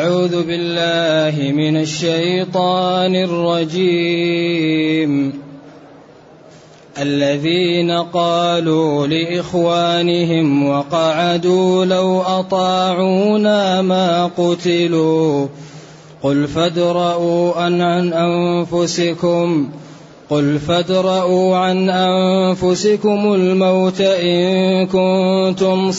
أعوذ بالله من الشيطان الرجيم. الذين قالوا لإخوانهم وقعدوا لو أطاعونا ما قتلوا قل فادرءوا عن أنفسكم الموت إن كنتم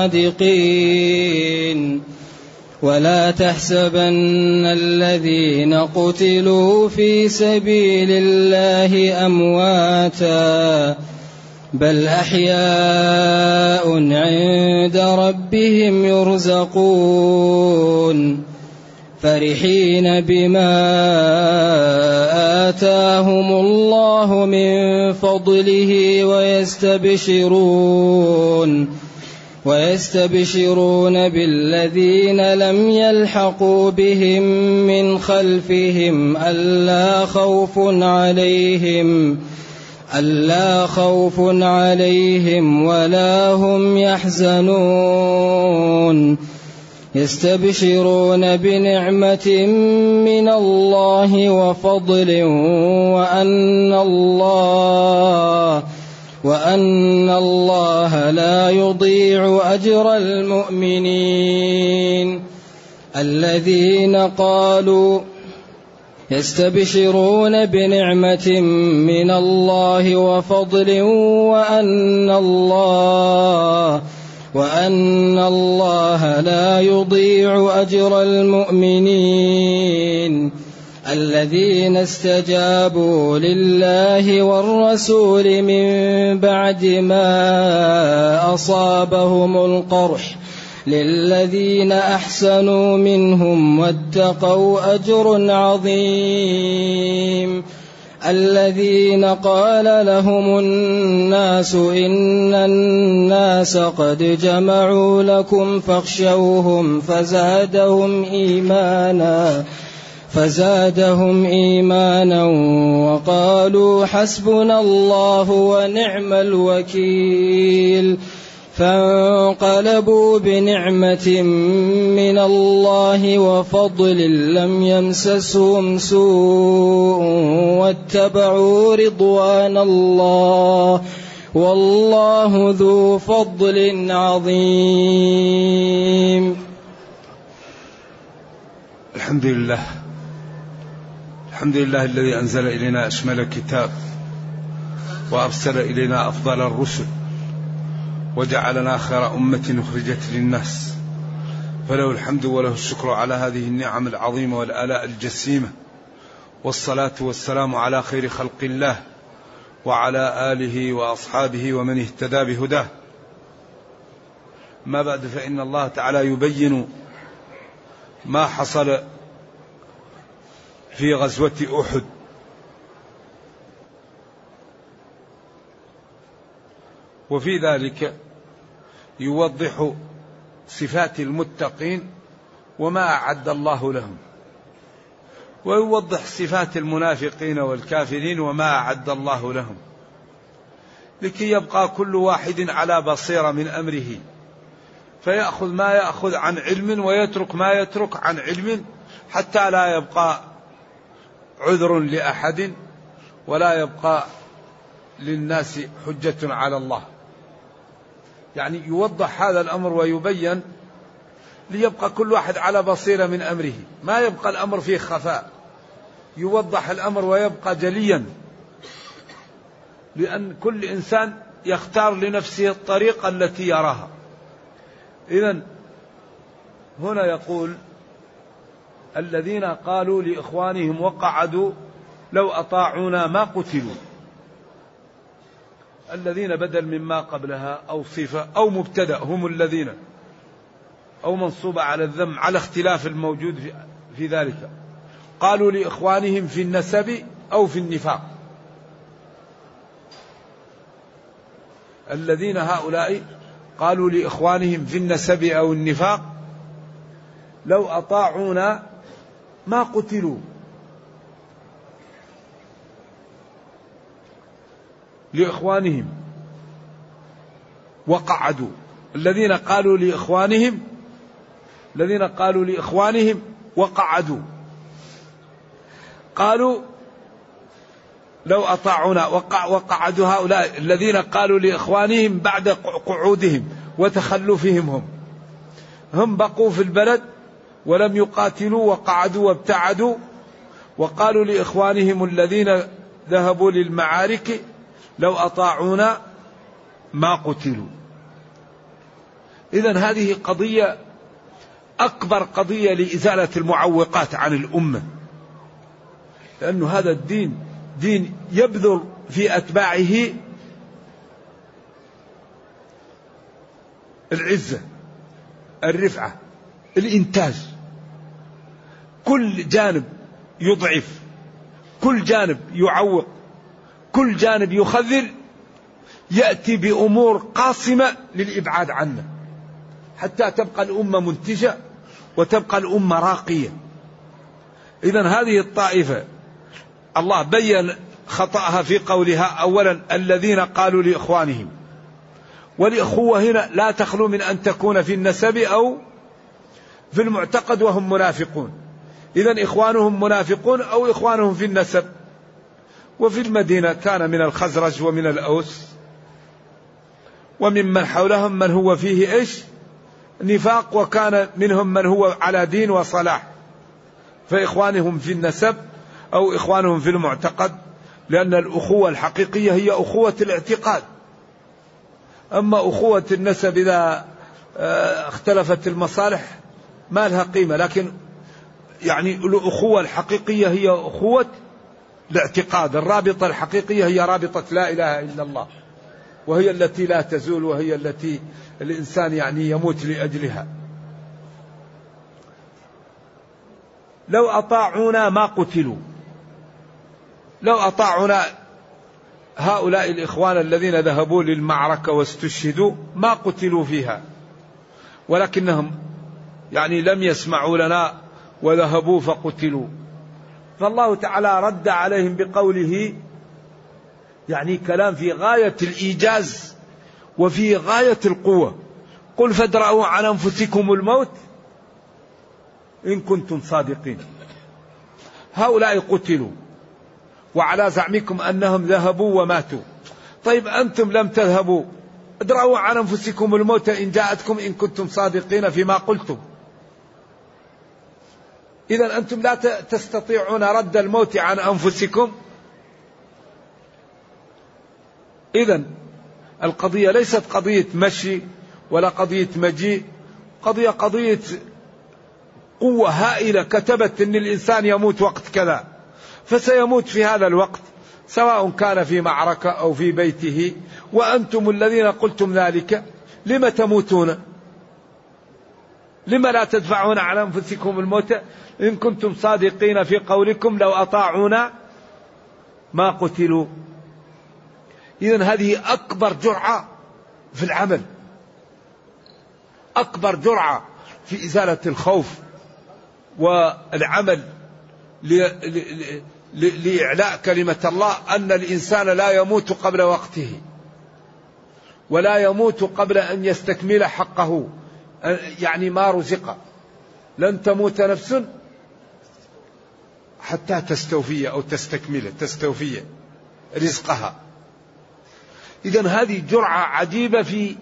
صادقين ولا تحسبن الذين قتلوا في سبيل الله أمواتا بل أحياء عند ربهم يرزقون فرحين بما آتاهم الله من فضله ويستبشرون بالذين لم يلحقوا بهم من خلفهم ألا خوف عليهم ولا هم يحزنون يستبشرون بنعمة من الله وفضل وأن الله لا يضيع أجر المؤمنين. يستبشرون بنعمة من الله وفضل وأن الله لا يضيع أجر المؤمنين الذين استجابوا لله والرسول من بعد ما أصابهم القرح للذين أحسنوا منهم واتقوا أجر عظيم. الذين قال لهم الناس إن الناس قد جمعوا لكم فاخشوهم فزادهم إيمانا وقالوا حسبنا الله ونعم الوكيل فانقلبوا بنعمة من الله وفضل لم يمسسهم سوء واتبعوا رضوان الله والله ذو فضل عظيم. الحمد لله الذي أنزل إلينا أشمل الكتاب وأرسل إلينا أفضل الرسل وجعلنا خير أمة أخرجت للناس، فله الحمد وله الشكر على هذه النعم العظيمة والآلاء الجسيمة، والصلاة والسلام على خير خلق الله وعلى آله وأصحابه ومن اهتدى بهداه. ما بعد، فإن الله تعالى يبين ما حصل في غزوة أحد، وفي ذلك يوضح صفات المتقين وما أعد الله لهم، ويوضح صفات المنافقين والكافرين وما أعد الله لهم، لكي يبقى كل واحد على بصيرة من أمره، فيأخذ ما يأخذ عن علم ويترك ما يترك عن علم، حتى لا يبقى عذر لأحد ولا يبقى للناس حجة على الله. يعني يوضح هذا الأمر ويبين ليبقى كل واحد على بصيرة من أمره، ما يبقى الأمر فيه خفاء، يوضح الأمر ويبقى جليا، لأن كل إنسان يختار لنفسه الطريقة التي يراها. إذن هنا يقول الذين قالوا لإخوانهم وقعدوا لو أطاعونا ما قتلوا. الذين بدل مما قبلها أو صفة أو مبتدأ هم الذين، أو منصوبة على الذم على اختلاف الموجود في ذلك. قالوا لإخوانهم في النسب أو في النفاق. الذين هؤلاء قالوا لإخوانهم في النسب أو النفاق لو أطاعونا ما قتلوا. لإخوانهم وقعدوا. الذين قالوا لإخوانهم وقعدوا. قالوا لو أطاعونا، وقعدوا هؤلاء الذين قالوا لإخوانهم بعد قعودهم وتخلفهم، هم بقوا في البلد ولم يقاتلوا وقعدوا وابتعدوا، وقالوا لإخوانهم الذين ذهبوا للمعارك لو أطاعونا ما قتلوا. إذن هذه قضية أكبر قضية لإزالة المعوقات عن الأمة، لأن هذا الدين دين يبذل في أتباعه العزة، الرفعة، الإنتاج. كل جانب يضعف، كل جانب يعوق، كل جانب يخذل، يأتي بأمور قاصمة للإبعاد عنه، حتى تبقى الأمة منتجة وتبقى الأمة راقية. إذن هذه الطائفة الله بين خطأها في قولها أولا الذين قالوا لإخوانهم، والإخوة هنا لا تخلو من أن تكون في النسب أو في المعتقد وهم منافقون. إذن إخوانهم منافقون أو إخوانهم في النسب. وفي المدينة كان من الخزرج ومن الأوس وممن حولهم من هو فيه نفاق، وكان منهم من هو على دين وصلاح، فإخوانهم في النسب أو إخوانهم في المعتقد، لأن الأخوة الحقيقية هي أخوة الاعتقاد. أما أخوة النسب إذا اختلفت المصالح ما لها قيمة، لكن يعني الأخوة الحقيقية هي أخوة الاعتقاد. الرابطة الحقيقية هي رابطة لا إله إلا الله، وهي التي لا تزول، وهي التي الإنسان يعني يموت لأجلها. لو أطاعونا ما قتلوا، لو أطاعونا هؤلاء الإخوان الذين ذهبوا للمعركة واستشهدوا ما قتلوا فيها، ولكنهم يعني لم يسمعوا لنا وذهبوا فقتلوا. فالله تعالى رد عليهم بقوله يعني كلام في غاية الإيجاز وفي غاية القوة: قل فادرءوا عن أنفسكم الموت إن كنتم صادقين. هؤلاء قتلوا وعلى زعمكم أنهم ذهبوا وماتوا، طيب أنتم لم تذهبوا، ادرءوا عن أنفسكم الموت إن جاءتكم إن كنتم صادقين فيما قلتم. إذن أنتم لا تستطيعون رد الموت عن أنفسكم. إذن القضية ليست قضية مشي ولا قضية مجيء، قضية قوة هائلة كتبت أن الإنسان يموت وقت كذا، فسيموت في هذا الوقت، سواء كان في معركة أو في بيته، وأنتم الذين قلتم ذلك لم تموتون؟ لم لا تدفعون على أنفسكم الموت إن كنتم صادقين في قولكم لو أطاعونا ما قتلوا. إذن هذه أكبر جرعة في العمل، أكبر جرعة في إزالة الخوف والعمل لإعلاء كلمة الله، أن الإنسان لا يموت قبل وقته ولا يموت قبل أن يستكمل حقه، يعني ما رزق. لن تموت نفس حتى تستوفي أو تستوفي رزقها. إذن هذه جرعة عجيبة في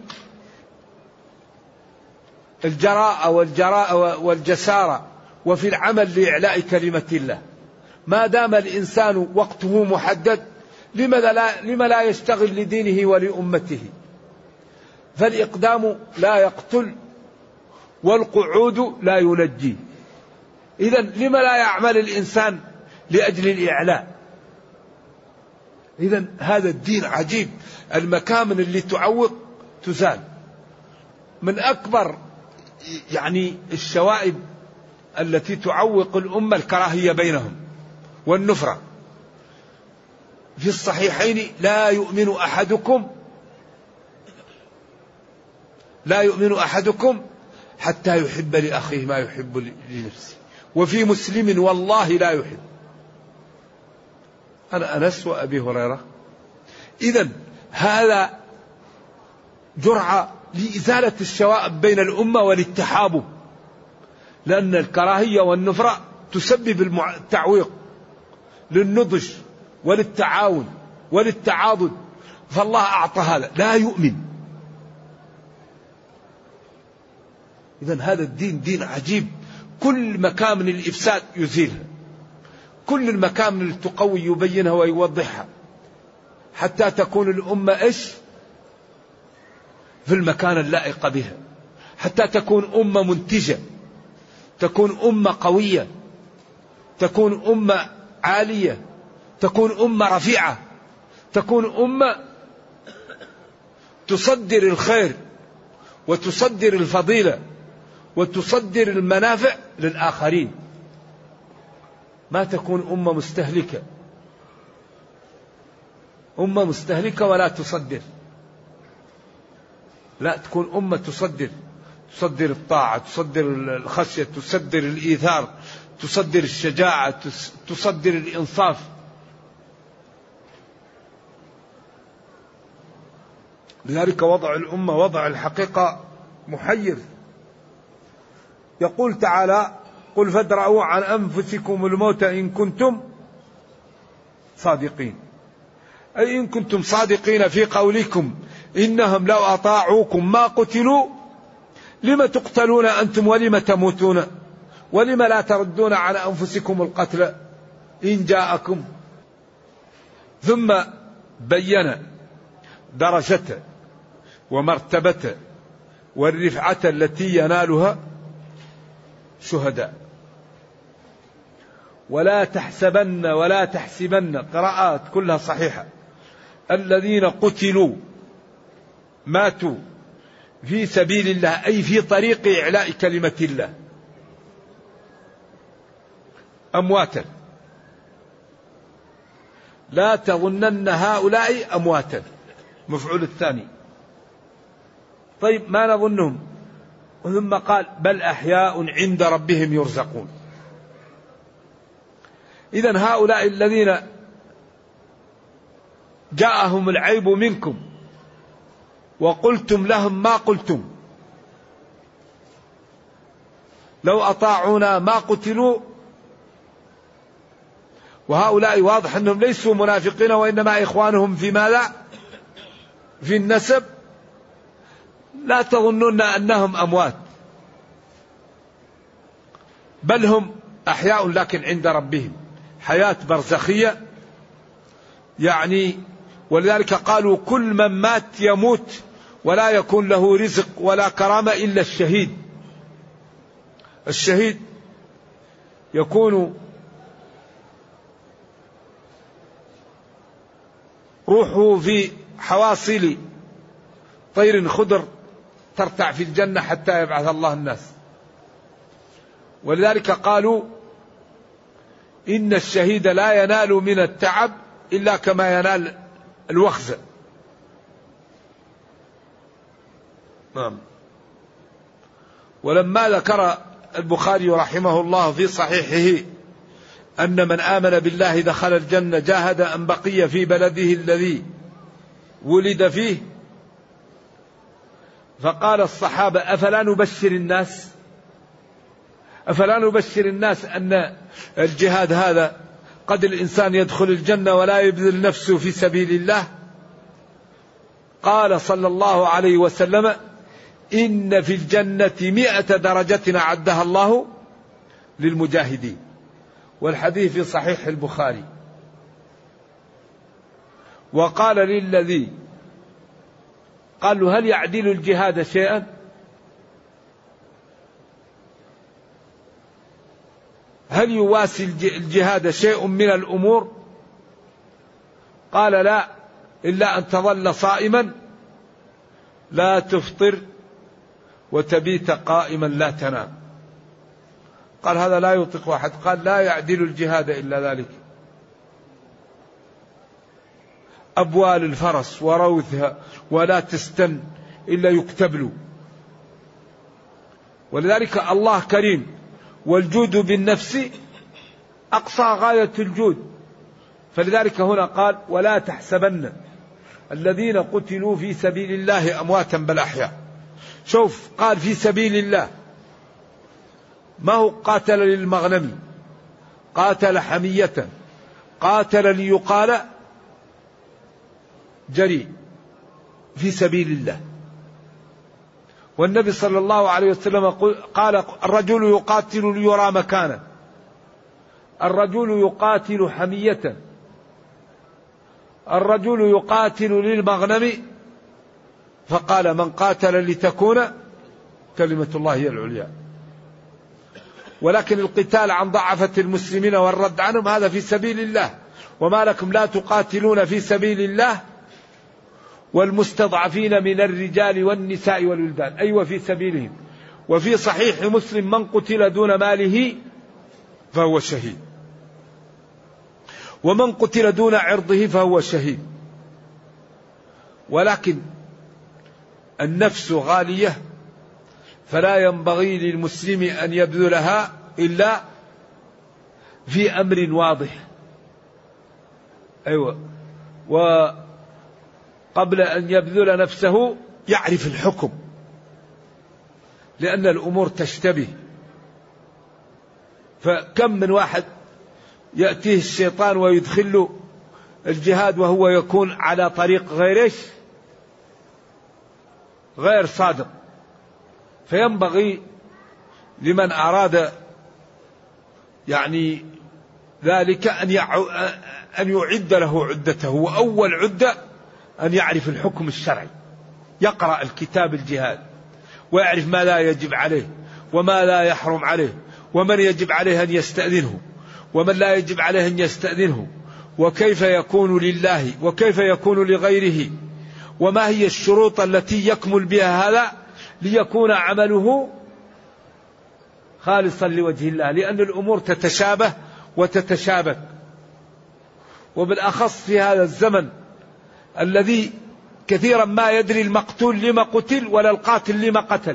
الجراءة والجسارة وفي العمل لإعلاء كلمة الله. ما دام الإنسان وقته محدد، لما لا يشتغل لدينه ولأمته؟ فالإقدام لا يقتل والقعود لا ينجي. إذن لما لا يعمل الإنسان لأجل الإعلاء؟ إذن هذا الدين عجيب. المكامن اللي تعوق تزال. من أكبر يعني الشوائب التي تعوق الأمة الكراهية بينهم والنفرة. في الصحيحين: لا يؤمن أحدكم حتى يحب لأخيه ما يحب لنفسه. وفي مسلم: والله لا يحب. أنا أنس وأبي هريرة. إذن هذا جرعة لإزالة الشوائب بين الأمة وللتحابب. لأن الكراهية والنفرة تسبب التعويق للنضج وللتعاون وللتعاضد، فالله أعطى هذا، لا يؤمن. إذن هذا الدين دين عجيب، كل مكامن الإفساد يزيلها، كل المكامن اللي تقوي يبينها ويوضحها، حتى تكون الأمة إيش في المكان اللائق بها، حتى تكون أمة منتجة، تكون أمة قوية، تكون أمة عالية، تكون أمة رفيعة، تكون أمة تصدر الخير وتصدر الفضيلة وتصدر المنافع للآخرين، ما تكون أمة مستهلكة، أمة مستهلكة ولا تصدر، لا، تكون أمة تصدر الطاعة، تصدر الخشية، تصدر الإيثار، تصدر الشجاعة، تصدر الإنصاف. لذلك وضع الأمة وضع الحقيقة محير. يقول تعالى: قل فادرءوا عن أنفسكم الموت إن كنتم صادقين، أي إن كنتم صادقين في قولكم إنهم لو أطاعوكم ما قتلوا لم تقتلون أنتم ولم تموتون ولم لا تردون عن أنفسكم القتل إن جاءكم. ثم بين درجة ومرتبة والرفعة التي ينالها شهداء. ولا تحسبن قراءات كلها صحيحة، الذين قتلوا ماتوا في سبيل الله، أي في طريق إعلاء كلمة الله، أمواتا، لا تظنن هؤلاء أمواتا، مفعول الثاني. طيب ما نظنهم؟ ثم قال: بل أحياء عند ربهم يرزقون. إذن هؤلاء الذين جاءهم العيب منكم وقلتم لهم ما قلتم، لو أطاعونا ما قتلوا، وهؤلاء واضح أنهم ليسوا منافقين وإنما إخوانهم في ماذا؟ في النسب. لا تظنون أنهم أموات، بل هم أحياء لكن عند ربهم، حياة برزخية يعني. ولذلك قالوا: كل من مات يموت ولا يكون له رزق ولا كرامة إلا الشهيد. الشهيد يكون روحه في حواصل طير خضر ترتع في الجنة حتى يبعث الله الناس. ولذلك قالوا: إن الشهيد لا ينال من التعب إلا كما ينال الوخز. نعم. ولما ذكر البخاري رحمه الله في صحيحه أن من آمن بالله دخل الجنة جاهد أن بقي في بلده الذي ولد فيه، فقال الصحابة: أفلا نبشر الناس أن الجهاد هذا قد الإنسان يدخل الجنة ولا يبذل نفسه في سبيل الله؟ قال صلى الله عليه وسلم: إن في الجنة 100 درجة أعدها الله للمجاهدين. والحديث في صحيح البخاري. وقال للذي قال له: هل يعدل الجهاد شيئا؟ هل يواسي الجهاد شيء من الأمور؟ قال: لا، إلا أن تظل صائما لا تفطر وتبيت قائما لا تنام. قال: هذا لا يطيق أحد. قال: لا يعدل الجهاد إلا ذلك. أبوال الفرس وروثها ولا تستن إلا يكتب له. ولذلك الله كريم، والجود بالنفس أقصى غاية الجود. فلذلك هنا قال: ولا تحسبن الذين قتلوا في سبيل الله أمواتا بل أحياء. شوف، قال في سبيل الله، ما هو قاتل للمغنم، قاتل حمية، قاتل ليقال جري في سبيل الله. والنبي صلى الله عليه وسلم قال الرجل يقاتل ليرى مكانه، الرجل يقاتل حمية، الرجل يقاتل للمغنم، فقال من قاتل لتكون كلمة الله هي العليا. ولكن القتال عن ضعفة المسلمين والرد عنهم هذا في سبيل الله. وما لكم لا تقاتلون في سبيل الله والمستضعفين من الرجال والنساء والولدان، أيوة في سبيلهم. وفي صحيح مسلم من قتل دون ماله فهو شهيد، ومن قتل دون عرضه فهو شهيد. ولكن النفس غالية، فلا ينبغي للمسلم أن يبذلها إلا في أمر واضح. أيوة. وقبل أن يبذل نفسه يعرف الحكم، لأن الأمور تشتبه. فكم من واحد يأتيه الشيطان ويدخل الجهاد وهو يكون على طريق غير صادق. فينبغي لمن أراد يعني ذلك أن يعد له عدته. وأول عدة أن يعرف الحكم الشرعي، يقرأ الكتاب الجهاد ويعرف ما لا يجب عليه وما لا يحرم عليه، ومن يجب عليه أن يستأذنه ومن لا يجب عليه أن يستأذنه، وكيف يكون لله وكيف يكون لغيره، وما هي الشروط التي يكمل بها هذا ليكون عمله خالصا لوجه الله. لأن الأمور تتشابه وتتشابك، وبالأخص في هذا الزمن الذي كثيرا ما يدري المقتول لما قتل ولا القاتل لما قتل.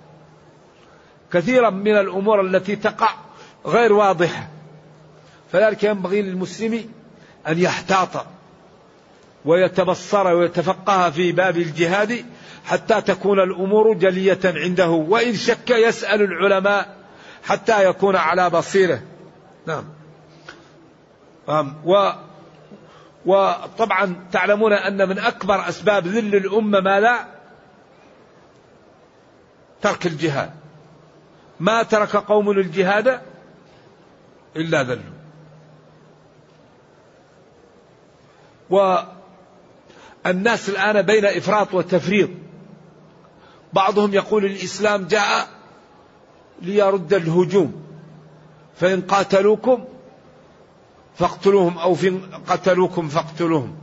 كثيرا من الأمور التي تقع غير واضحة. فذلك ينبغي للمسلم أن يحتاط ويتبصر ويتفقه في باب الجهاد حتى تكون الأمور جلية عنده، وإن شك يسأل العلماء حتى يكون على بصيرة. نعم. وطبعا تعلمون أن من أكبر أسباب ذل الأمة ما لا ترك الجهاد. ما ترك قوم الجهاد إلا ذلوا. والناس الآن بين إفراط وتفريط. بعضهم يقول الإسلام جاء ليرد الهجوم، فإن قاتلوكم فاقتلوهم أو فإن قتلوكم فاقتلوهم.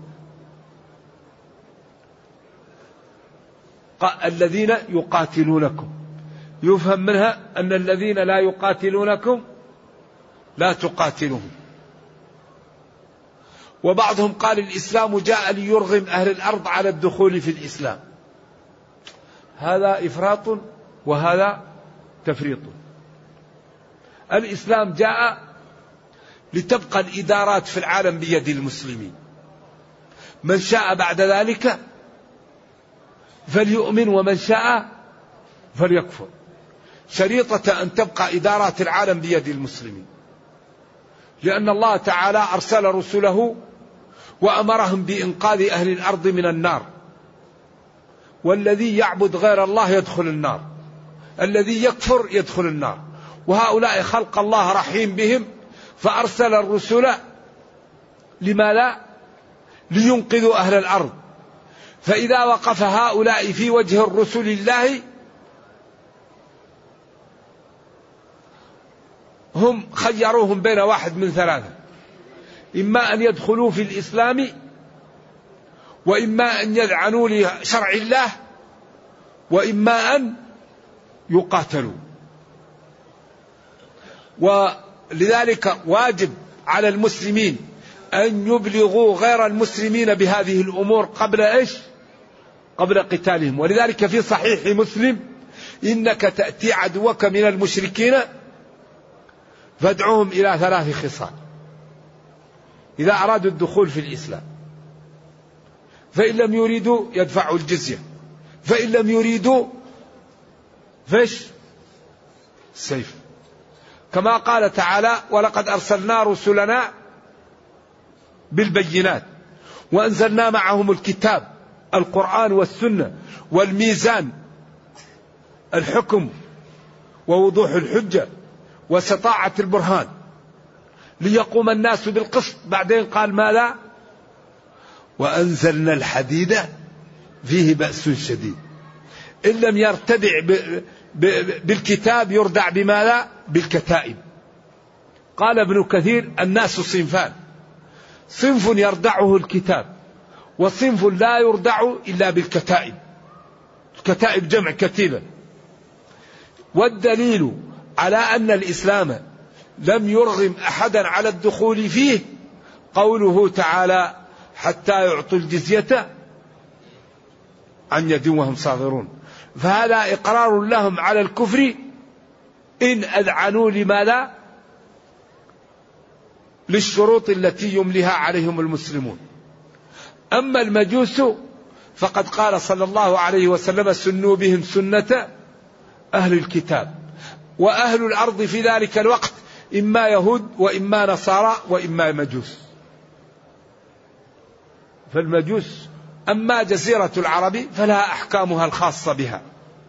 الذين يقاتلونكم يفهم منها أن الذين لا يقاتلونكم لا تقاتلهم. وبعضهم قال الإسلام جاء ليرغم أهل الأرض على الدخول في الإسلام. هذا إفراط وهذا تفريط. الإسلام جاء لتبقى الإدارات في العالم بيد المسلمين، من شاء بعد ذلك فليؤمن ومن شاء فليكفر. شريطة أن تبقى إدارات العالم بيد المسلمين، لأن الله تعالى أرسل رسله وأمرهم بإنقاذ أهل الأرض من النار. والذي يعبد غير الله يدخل النار، الذي يكفر يدخل النار. وهؤلاء خلق الله رحيم بهم، فأرسل الرسل لما لا لينقذوا أهل الأرض. فإذا وقف هؤلاء في وجه الرسل الله هم خيروهم بين واحد من ثلاثة: إما أن يدخلوا في الإسلام، وإما أن يذعنوا لشرع الله، وإما أن يقاتلوا. ولذلك واجب على المسلمين أن يبلغوا غير المسلمين بهذه الأمور قبل قتالهم. ولذلك في صحيح مسلم: إنك تأتي عدوك من المشركين فادعوهم إلى 3 خصال إذا أرادوا الدخول في الإسلام: فإن لم يريدوا يدفعوا الجزية، فإن لم يريدوا فش سيف. كما قال تعالى: ولقد أرسلنا رسلنا بالبينات وأنزلنا معهم الكتاب القرآن والسنة والميزان الحكم ووضوح الحجة وسطاعة البرهان ليقوم الناس بالقسط. بعدين قال ماذا؟ وأنزلنا الحديد فيه بأس شديد. إن لم يرتدع بالكتاب يردع بماذا؟ بالكتائب. قال ابن كثير: الناس صنفان، صنف يردعه الكتاب وصنف لا يردع إلا بالكتائب. الكتائب جمع كتيبة. والدليل على أن الإسلام لم يرغم أحدا على الدخول فيه قوله تعالى: حتى يعطوا الجزية عن يد وهم صاغرون. فهذا إقرار لهم على الكفر إن أذعنوا لماذا؟ للشروط التي يمليها عليهم المسلمون. أما المجوس فقد قال صلى الله عليه وسلم: سنوا بهم سنة أهل الكتاب. وأهل الأرض في ذلك الوقت إما يهود وإما نصارى وإما مجوس. فالمجوس أما جزيرة العرب فلها أحكامها الخاصة بها،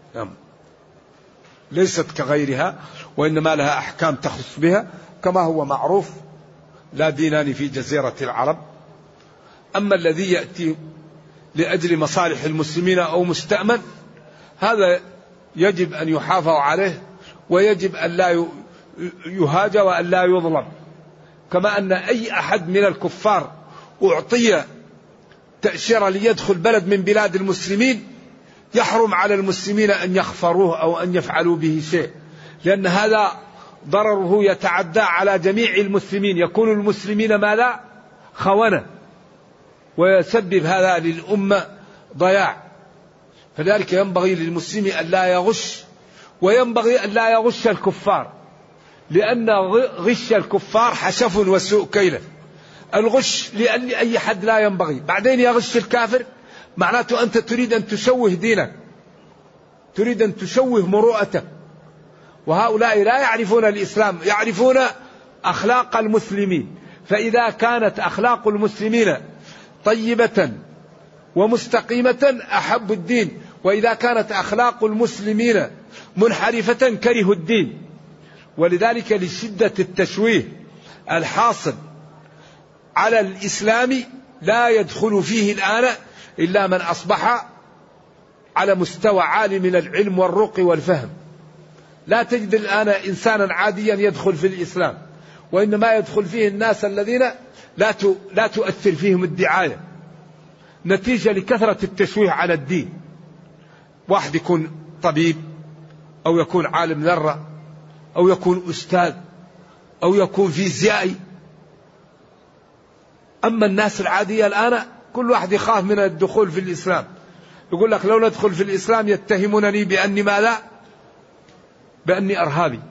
ليست كغيرها، وإنما لها أحكام تخص بها كما هو معروف: لا دينان في جزيرة العرب. أما الذي يأتي لأجل مصالح المسلمين أو مستأمن هذا يجب أن يحافظ عليه، ويجب أن لا يهاج وأن لا يظلم. كما أن أي أحد من الكفار أعطي تأشيرة ليدخل بلد من بلاد المسلمين يحرم على المسلمين أن يخفروه أو أن يفعلوا به شيء، لأن هذا ضرره يتعدى على جميع المسلمين، يكون المسلمين ماذا؟ خونة، ويسبب هذا للأمة ضياع. فذلك ينبغي للمسلم أن لا يغش، وينبغي أن لا يغش الكفار، لأن غش الكفار حشف وسوء كيله. الغش لأن أي حد لا ينبغي. بعدين يغش الكافر معناته أنت تريد أن تشوه دينك، تريد أن تشوه مروءتك. وهؤلاء لا يعرفون الإسلام، يعرفون أخلاق المسلمين. فإذا كانت أخلاق المسلمين طيبة ومستقيمة أحبوا الدين، وإذا كانت أخلاق المسلمين منحرفة كرهوا الدين. ولذلك لشدة التشويه الحاصل على الإسلام لا يدخل فيه الآن إلا من أصبح على مستوى عالي من العلم والرقي والفهم. لا تجد الآن إنسانا عاديا يدخل في الإسلام، وإنما يدخل فيه الناس الذين لا تؤثر فيهم الدعاية نتيجة لكثرة التشويه على الدين. واحد يكون طبيب أو يكون عالم ذرة أو يكون أستاذ أو يكون فيزيائي. أما الناس العادية الآن كل واحد يخاف من الدخول في الإسلام، يقول لك: لو ندخل في الإسلام يتهمونني بأني ماذا؟ بأني أرهابي.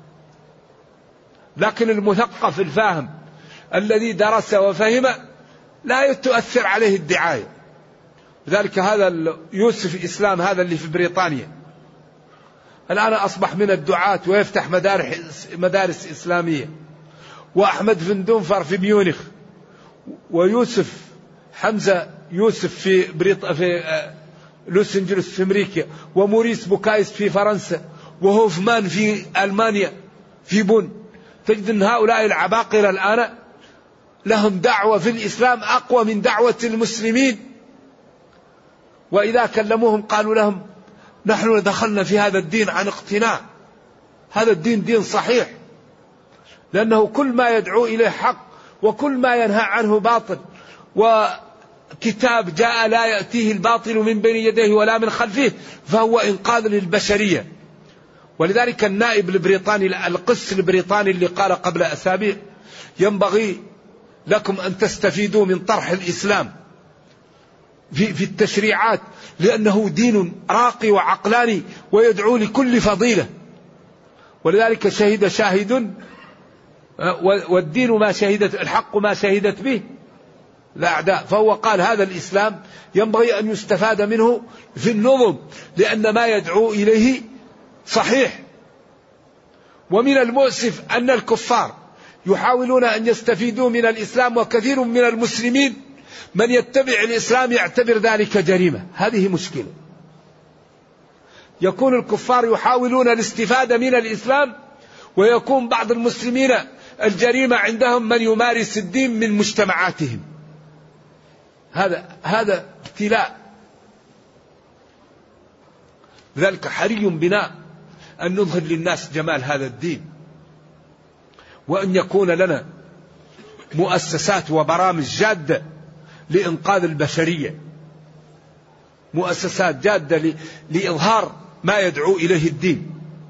لكن المثقف الفاهم الذي درس وفهم لا تؤثر عليه الدعاية. لذلك هذا يوسف إسلام هذا اللي في بريطانيا الآن أصبح من الدعاة ويفتح مدارس إسلامية، وأحمد فندونفر في ميونخ، ويوسف حمزة يوسف في لوس أنجلوس في أمريكا، وموريس بوكايس في فرنسا، وهوفمان في ألمانيا في بون. تجد أن هؤلاء العباقرة الآن لهم دعوة في الإسلام أقوى من دعوة المسلمين، وإذا كلموهم قالوا لهم: نحن دخلنا في هذا الدين عن اقتناع، هذا الدين دين صحيح، لأنه كل ما يدعو إليه حق وكل ما ينهى عنه باطل، وكتاب جاء لا يأتيه الباطل من بين يديه ولا من خلفه، فهو إنقاذ للبشرية. ولذلك النائب البريطاني القس البريطاني اللي قال قبل أسابيع: ينبغي لكم أن تستفيدوا من طرح الإسلام في التشريعات، لأنه دين راقي وعقلاني ويدعو لكل فضيلة. ولذلك شهد شاهد، والدين ما شهدت، الحق ما شهدت به الأعداء. فهو قال هذا الإسلام ينبغي أن يستفاد منه في النظم، لأن ما يدعو إليه صحيح. ومن المؤسف أن الكفار يحاولون أن يستفيدوا من الإسلام، وكثير من المسلمين من يتبع الإسلام يعتبر ذلك جريمة. هذه مشكلة. يكون الكفار يحاولون الاستفادة من الإسلام، ويكون بعض المسلمين الجريمة عندهم من يمارس الدين من مجتمعاتهم. هذا ابتلاء. لذلك حري بنا أن نظهر للناس جمال هذا الدين، وأن يكون لنا مؤسسات وبرامج جادة لإنقاذ البشرية، مؤسسات جادة لإظهار ما يدعو إليه الدين.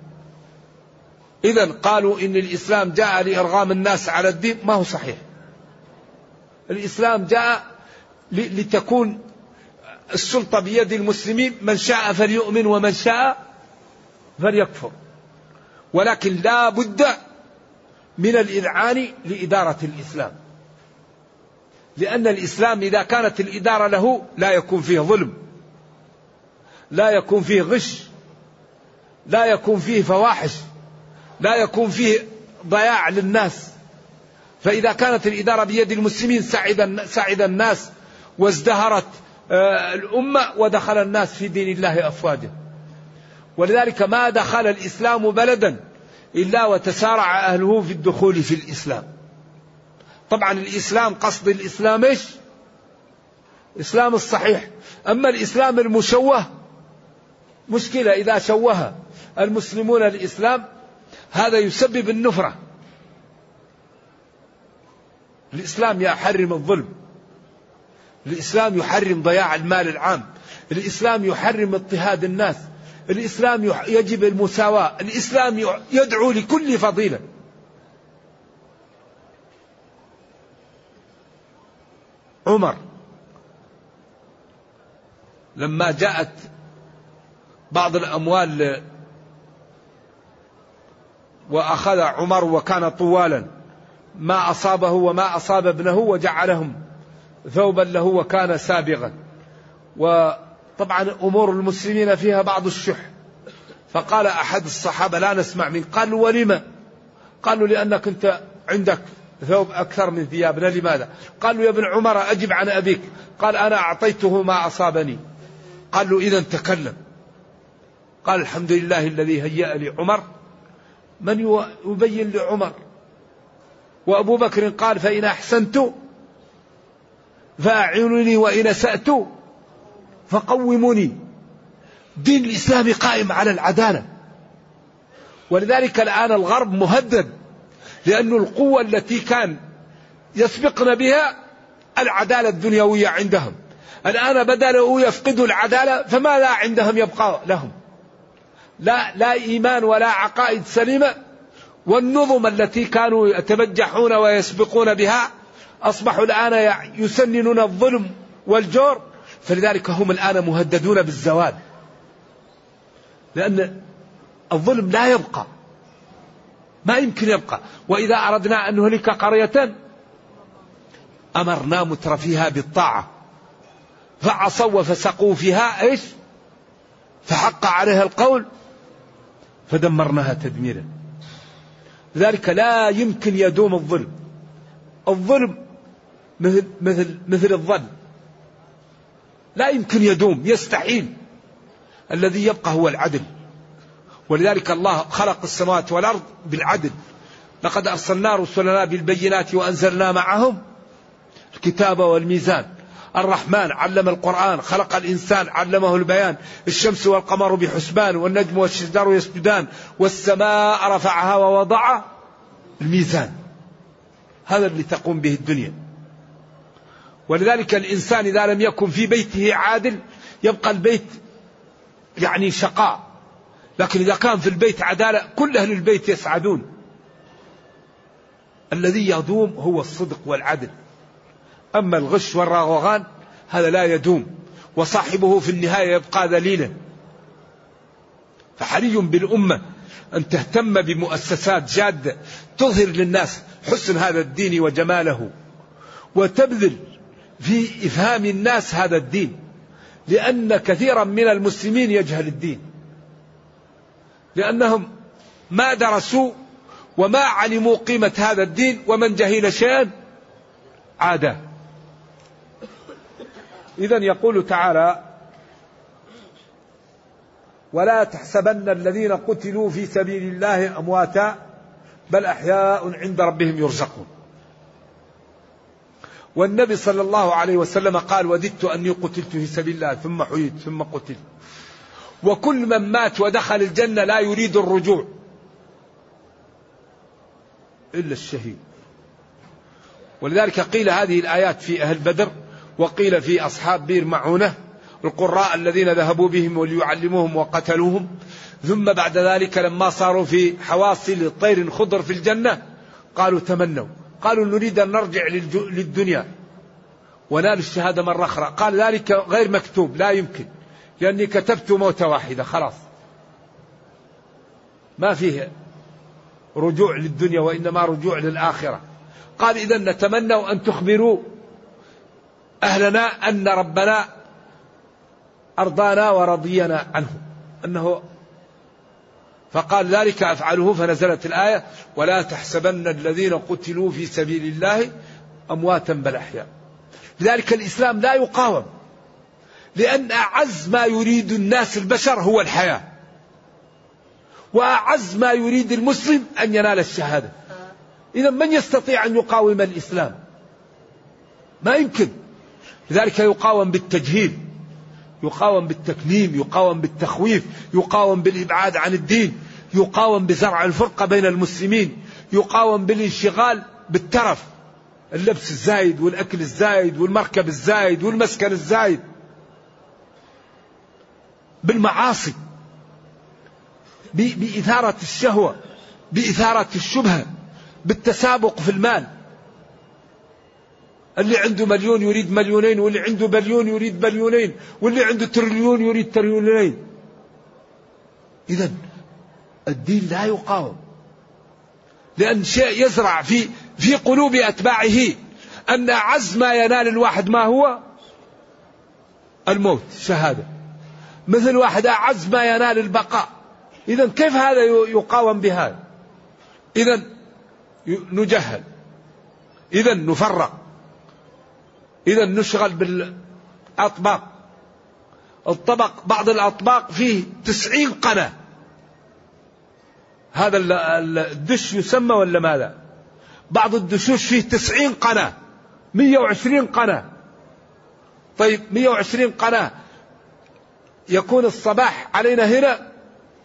إذن قالوا إن الإسلام جاء لإرغام الناس على الدين، ما هو صحيح. الإسلام جاء لتكون السلطة بيد المسلمين، من شاء فليؤمن ومن شاء فليكفر، ولكن لا بد من الإذعان لإدارة الإسلام، لأن الإسلام إذا كانت الإدارة له لا يكون فيه ظلم، لا يكون فيه غش، لا يكون فيه فواحش، لا يكون فيه ضياع للناس. فإذا كانت الإدارة بيد المسلمين سعد الناس وازدهرت الأمة، ودخل الناس في دين الله أفواجا. ولذلك ما دخل الإسلام بلدا إلا وتسارع أهله في الدخول في الإسلام. طبعا الإسلام، قصد الإسلام إيش؟ الإسلام الصحيح. أما الإسلام المشوه مشكلة. إذا شوه المسلمون الإسلام هذا يسبب النفرة. الإسلام يحرم الظلم، الإسلام يحرم ضياع المال العام، الإسلام يحرم اضطهاد الناس، الإسلام يجب المساواة، الإسلام يدعو لكل فضيلة. عمر لما جاءت بعض الأموال وأخذ عمر وكان طوالا ما أصابه وما أصاب ابنه وجعلهم ثوبا له وكان سابغا. وطبعا أمور المسلمين فيها بعض الشح، فقال أحد الصحابة لا نسمع منك. قالوا ولما؟ قالوا لأنك أنت عندك ثوب أكثر من ثيابنا. لماذا؟ قالوا يا ابن عمر أجب عن أبيك. قال أنا أعطيته ما أصابني. قالوا إذن تكلم. قال الحمد لله الذي هيأ لعمر من يبين لعمر. وأبو بكر قال فإن أحسنت فأعينني وإن أسأت فقوموني. دين الإسلام قائم على العدالة. ولذلك الآن الغرب مهدد، لأن القوة التي كان يسبقنا بها العدالة الدنيوية عندهم، الآن بدأوا يفقدوا العدالة، فما لا عندهم يبقى لهم لا إيمان ولا عقائد سليمة. والنظم التي كانوا يتبجحون ويسبقون بها أصبحوا الآن يسننون الظلم والجور. فلذلك هم الآن مهددون بالزوال، لأن الظلم لا يبقى، ما يمكن يبقى. وإذا أردنا أن نهلك قرية أمرنا مترفيها بالطاعة فعصوا وفسقوا فيها إيش؟ فحق عليها القول فدمرناها تدميرا. لذلك لا يمكن يدوم الظلم. الظلم مثل الظن، لا يمكن يدوم، يستحيل. الذي يبقى هو العدل. ولذلك الله خلق السماوات والأرض بالعدل. لقد أرسلنا رسلنا بالبينات وأنزلنا معهم الكتاب والميزان. الرحمن علم القرآن، خلق الإنسان علمه البيان. الشمس والقمر بحسبان، والنجم والشجر يسجدان، والسماء رفعها ووضع الميزان. هذا اللي تقوم به الدنيا. ولذلك الإنسان إذا لم يكن في بيته عادل يبقى البيت يعني شقاء، لكن إذا كان في البيت عدالة كل أهل البيت يسعدون. الذي يدوم هو الصدق والعدل. أما الغش والروغان هذا لا يدوم، وصاحبه في النهاية يبقى ذليلا. فحري بالأمة أن تهتم بمؤسسات جادة تظهر للناس حسن هذا الدين وجماله، وتبذل في إفهام الناس هذا الدين، لأن كثيرا من المسلمين يجهل الدين، لأنهم ما درسوا وما علموا قيمة هذا الدين، ومن جهل شيئا عاده. إذن يقول تعالى: ولا تحسبن الذين قتلوا في سبيل الله أمواتا بل أحياء عند ربهم يرزقون. والنبي صلى الله عليه وسلم قال: وددت أني قتلت في سبيل الله ثم حييت ثم قتلت. وكل من مات ودخل الجنة لا يريد الرجوع إلا الشهيد. ولذلك قيل هذه الآيات في أهل بدر، وقيل في أصحاب بئر معونة القراء الذين ذهبوا بهم وليعلموهم وقتلوهم. ثم بعد ذلك لما صاروا في حواصل طير خضر في الجنة قالوا تمنوا، قالوا نريد أن نرجع للدنيا ونال الشهادة مرة أخرى. قال: ذلك غير مكتوب، لا يمكن، لأني كتبت موتة واحدة خلاص، ما فيه رجوع للدنيا وإنما رجوع للآخرة. قال: إذن نتمنى أن تخبروا أهلنا أن ربنا أرضانا ورضينا عنه أنه، فقال: ذلك أفعله. فنزلت الآية: ولا تحسبن الذين قتلوا في سبيل الله أمواتا بل أحياء. لذلك الإسلام لا يقاوم، لأن أعز ما يريد الناس البشر هو الحياة، وأعز ما يريد المسلم أن ينال الشهادة. إذا من يستطيع أن يقاوم الإسلام؟ ما يمكن. لذلك يقاوم بالتجهيل، يقاوم بالتكميم، يقاوم بالتخويف، يقاوم بالإبعاد عن الدين، يقاوم بزرع الفرقة بين المسلمين، يقاوم بالانشغال بالترف، اللبس الزايد والأكل الزايد والمركب الزايد والمسكن الزايد، بالمعاصي، بإثارة الشهوة، بإثارة الشبهة، بالتسابق في المال. اللي عنده مليون يريد مليونين، واللي عنده بليون يريد بليونين، واللي عنده تريليون يريد تريليونين. إذن الدين لا يقاوم، لأن شيء يزرع في قلوب أتباعه أن أعز ما ينال الواحد ما هو الموت، شهادة. مثل واحد أعز ما ينال البقاء. إذن كيف هذا يقاوم بهذا؟ إذن نجهل، إذن نفرق، إذن نشغل بالأطباق. الطبق، بعض الأطباق فيه 90 قناة. هذا الدش يسمى ولا ماذا؟ بعض الدشوش فيه 90 قناة، 120 قناة. طيب 120 قناة، يكون الصباح علينا هنا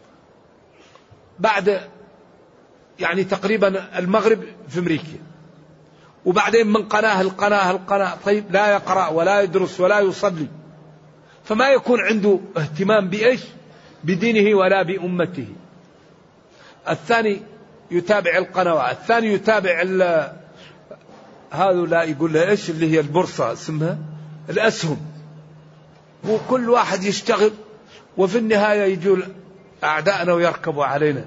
بعد يعني تقريبا المغرب في أمريكا، وبعدين من قناة القناة. طيب لا يقرأ ولا يدرس ولا يصلي، فما يكون عنده اهتمام بإيش؟ بدينه ولا بأمته. الثاني يتابع القنوات، الثاني يتابع هذا لا يقول له إيش اللي هي البورصة اسمها الأسهم، وكل واحد يشتغل، وفي النهاية يجوا أعداءنا ويركبوا علينا.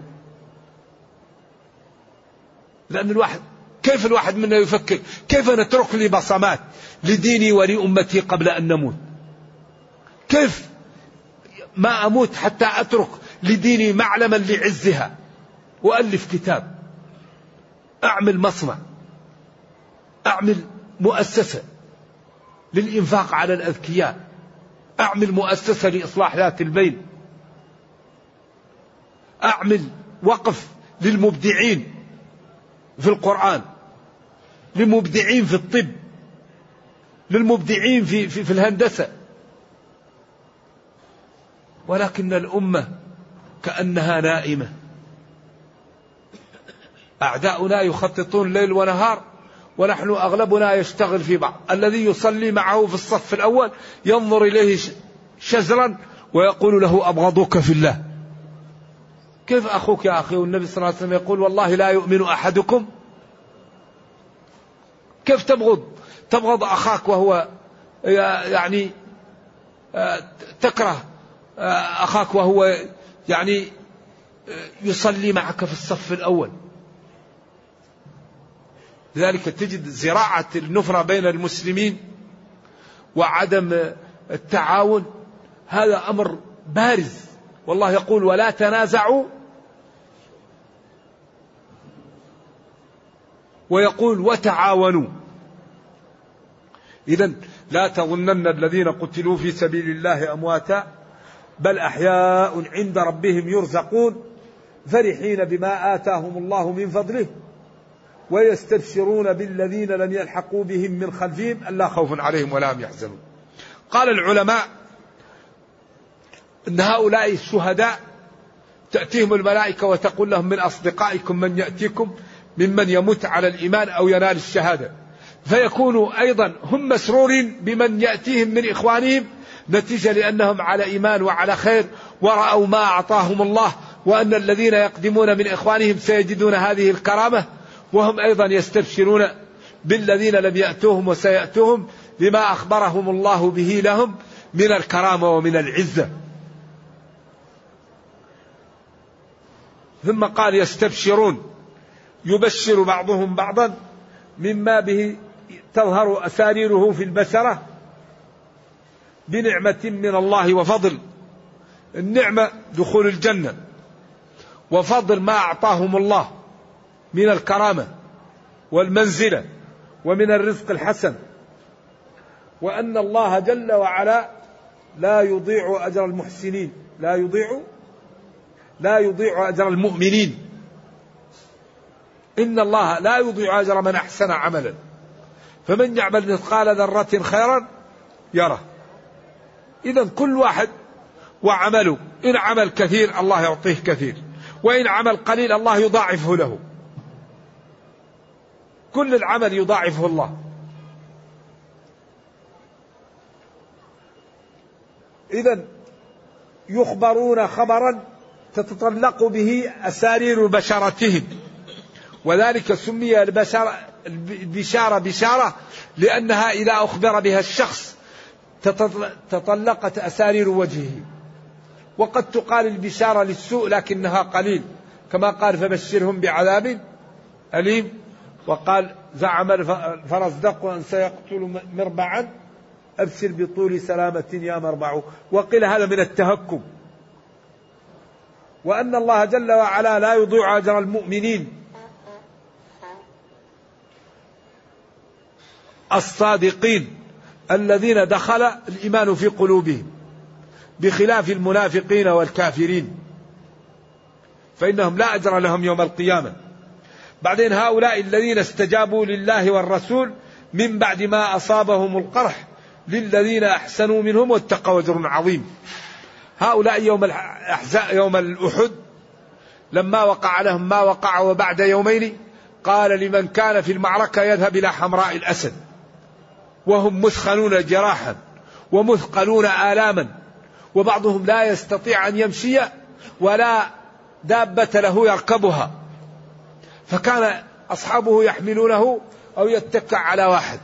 لأن كيف الواحد منا يفكر كيف نترك لي بصمات لديني ولأمتي قبل أن نموت؟ كيف ما أموت حتى أترك لديني معلما لعزها، وألف كتاب، أعمل مصنع، أعمل مؤسسة للإنفاق على الأذكياء، أعمل مؤسسة لإصلاح ذات البين، أعمل وقف للمبدعين في القرآن، للمبدعين في الطب، للمبدعين في الهندسة. ولكن الأمة كأنها نائمة. أعداؤنا يخططون ليل ونهار، ونحن أغلبنا يشتغل في بعض. الذي يصلي معه في الصف الأول ينظر إليه شزرا ويقول له أبغضك في الله. كيف أخوك يا أخي؟ والنبي صلى الله عليه وسلم يقول والله لا يؤمن أحدكم. كيف تبغض أخاك وهو يعني تكره أخاك وهو يعني يصلي معك في الصف الأول؟ لذلك تجد زراعة النفرة بين المسلمين وعدم التعاون، هذا أمر بارز. والله يقول ولا تنازعوا ويقول وتعاونوا. إذن لا تظنن الذين قتلوا في سبيل الله أمواتا بل أحياء عند ربهم يرزقون فرحين بما آتاهم الله من فضله ويستبشرون بالذين لم يلحقوا بهم من خلفهم ألا خوف عليهم ولا هم يحزنون. قال العلماء إن هؤلاء الشهداء تأتيهم الملائكة وتقول لهم من أصدقائكم من يأتيكم ممن يموت على الإيمان أو ينال الشهادة، فيكونوا أيضا هم مسرورين بمن يأتيهم من إخوانهم نتيجة لأنهم على إيمان وعلى خير ورأوا ما أعطاهم الله، وأن الذين يقدمون من إخوانهم سيجدون هذه الكرامة، وهم أيضا يستبشرون بالذين لم يأتوهم وسيأتوهم بما أخبرهم الله به لهم من الكرامة ومن العزة. ثم قال يستبشرون، يبشر بعضهم بعضا مما به تظهر أساريره في البشرة بنعمة من الله وفضل. النعمة دخول الجنة، وفضل ما أعطاهم الله من الكرامة والمنزلة ومن الرزق الحسن، وأن الله جل وعلا لا يضيع أجر المحسنين، لا يضيع أجر المؤمنين. إن الله لا يضيع أجر من أحسن عملا، فمن يعمل مثقال ذرة خيرا يره. إذن كل واحد وعمله، إن عمل كثير الله يعطيه كثير، وإن عمل قليل الله يضاعفه له. كل العمل يضاعفه الله. إذن يخبرون خبرا تتطلق به أسارير بشرتهم، وذلك سمي البشارة بشارة لأنها إذا أخبر بها الشخص تطلقت أسارير وجهه. وقد تقال البشارة للسوء لكنها قليل، كما قال فبشرهم بعذاب أليم. وقال زعم الفرزدق أن سيقتل مربعا أبشر بطول سلامة يا مربع. وقيل هذا من التهكم. وأن الله جل وعلا لا يضيع أجر المؤمنين الصادقين الذين دخل الإيمان في قلوبهم، بخلاف المنافقين والكافرين فإنهم لا أجر لهم يوم القيامة. بعدين هؤلاء الذين استجابوا لله والرسول من بعد ما أصابهم القرح للذين أحسنوا منهم واتقوا أجر عظيم. هؤلاء يوم الأحد لما وقع لهم ما وقع وبعد يومين قال لمن كان في المعركة يذهب إلى حمراء الأسد وهم مثخنون جراحا ومثقلون آلاما، وبعضهم لا يستطيع أن يمشي ولا دابة له يركبها، فكان أصحابه يحملونه أو يتكع على واحد.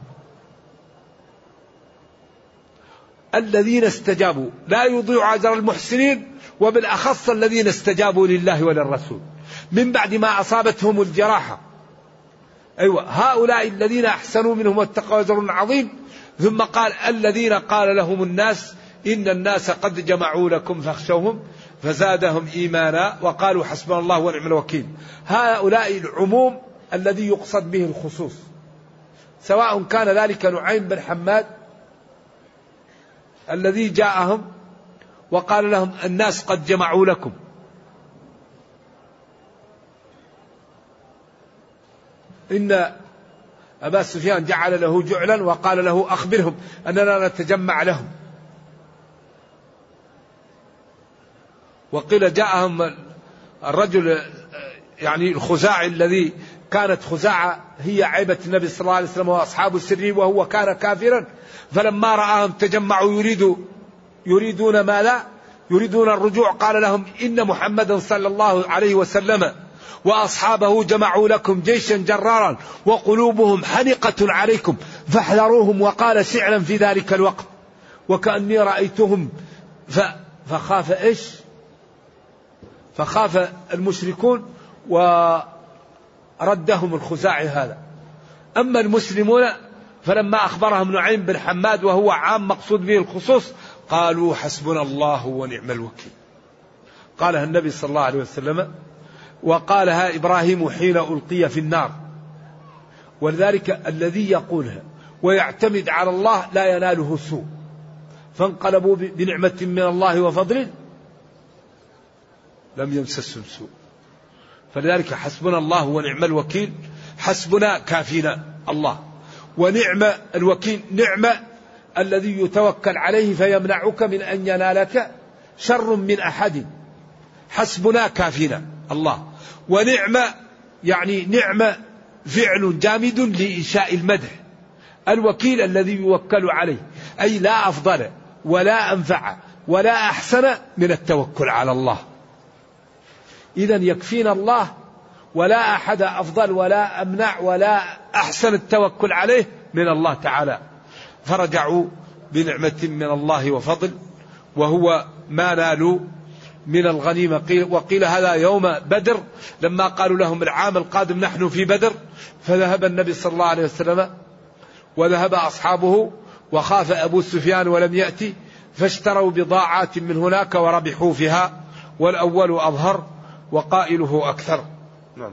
الذين استجابوا لا يضيع أجر المحسنين، وبالأخص الذين استجابوا لله وللرسول من بعد ما أصابتهم الجراحة. أيوة هؤلاء الذين أحسنوا منهم واتقوا أجر عظيم. ثم قال الذين قال لهم الناس إن الناس قد جمعوا لكم فاخشوهم فزادهم إيمانا وقالوا حسبنا الله ونعم الوكيل. هؤلاء العموم الذي يقصد به الخصوص، سواء كان ذلك نعيم بن حماد الذي جاءهم وقال لهم الناس قد جمعوا لكم، إن أبا سفيان جعل له جعلا وقال له أخبرهم أننا نتجمع لهم. وقيل جاءهم الرجل يعني الخزاعي الذي كانت خزاعة هي عيبة النبي صلى الله عليه وسلم وأصحاب السر وهو كان كافرا، فلما رآهم تجمعوا يريدون ماذا؟ يريدون الرجوع. قال لهم إن محمدا صلى الله عليه وسلم وأصحابه جمعوا لكم جيشا جرارا وقلوبهم حنقة عليكم فاحذروهم. وقال شعرا في ذلك الوقت وكأني رأيتهم فخاف إيش؟ فخاف المشركون وردهم الخزاعي هذا. أما المسلمون فلما أخبرهم نعيم بن حماد وهو عام مقصود به الخصوص قالوا حسبنا الله ونعم الوكيل. قالها النبي صلى الله عليه وسلم وقالها إبراهيم حين ألقي في النار ولذلك الذي يقولها ويعتمد على الله لا يناله سوء. فانقلبوا بنعمة من الله وفضل لم يمسسهم سوء. فلذلك حسبنا الله ونعم الوكيل. حسبنا كافينا الله، ونعم الوكيل نعمة الذي يتوكل عليه فيمنعك من أن ينالك شر من أحد. حسبنا كافينا الله. ونعمة يعني نعمة فعل جامد لإنشاء المدح. الوكيل الذي يوكل عليه، أي لا أفضل ولا أنفع ولا أحسن من التوكل على الله. إذن يكفينا الله، ولا أحد أفضل ولا أمنع ولا أحسن التوكل عليه من الله تعالى. فرجعوا بنعمة من الله وفضل، وهو ما نالوا من الغنيمة. وقيل هذا يوم بدر، لما قالوا لهم العام القادم نحن في بدر، فذهب النبي صلى الله عليه وسلم وذهب أصحابه، وخاف أبو سفيان ولم يأتي، فاشتروا بضاعات من هناك وربحوا فيها، والأول أظهر وقائله أكثر. نعم.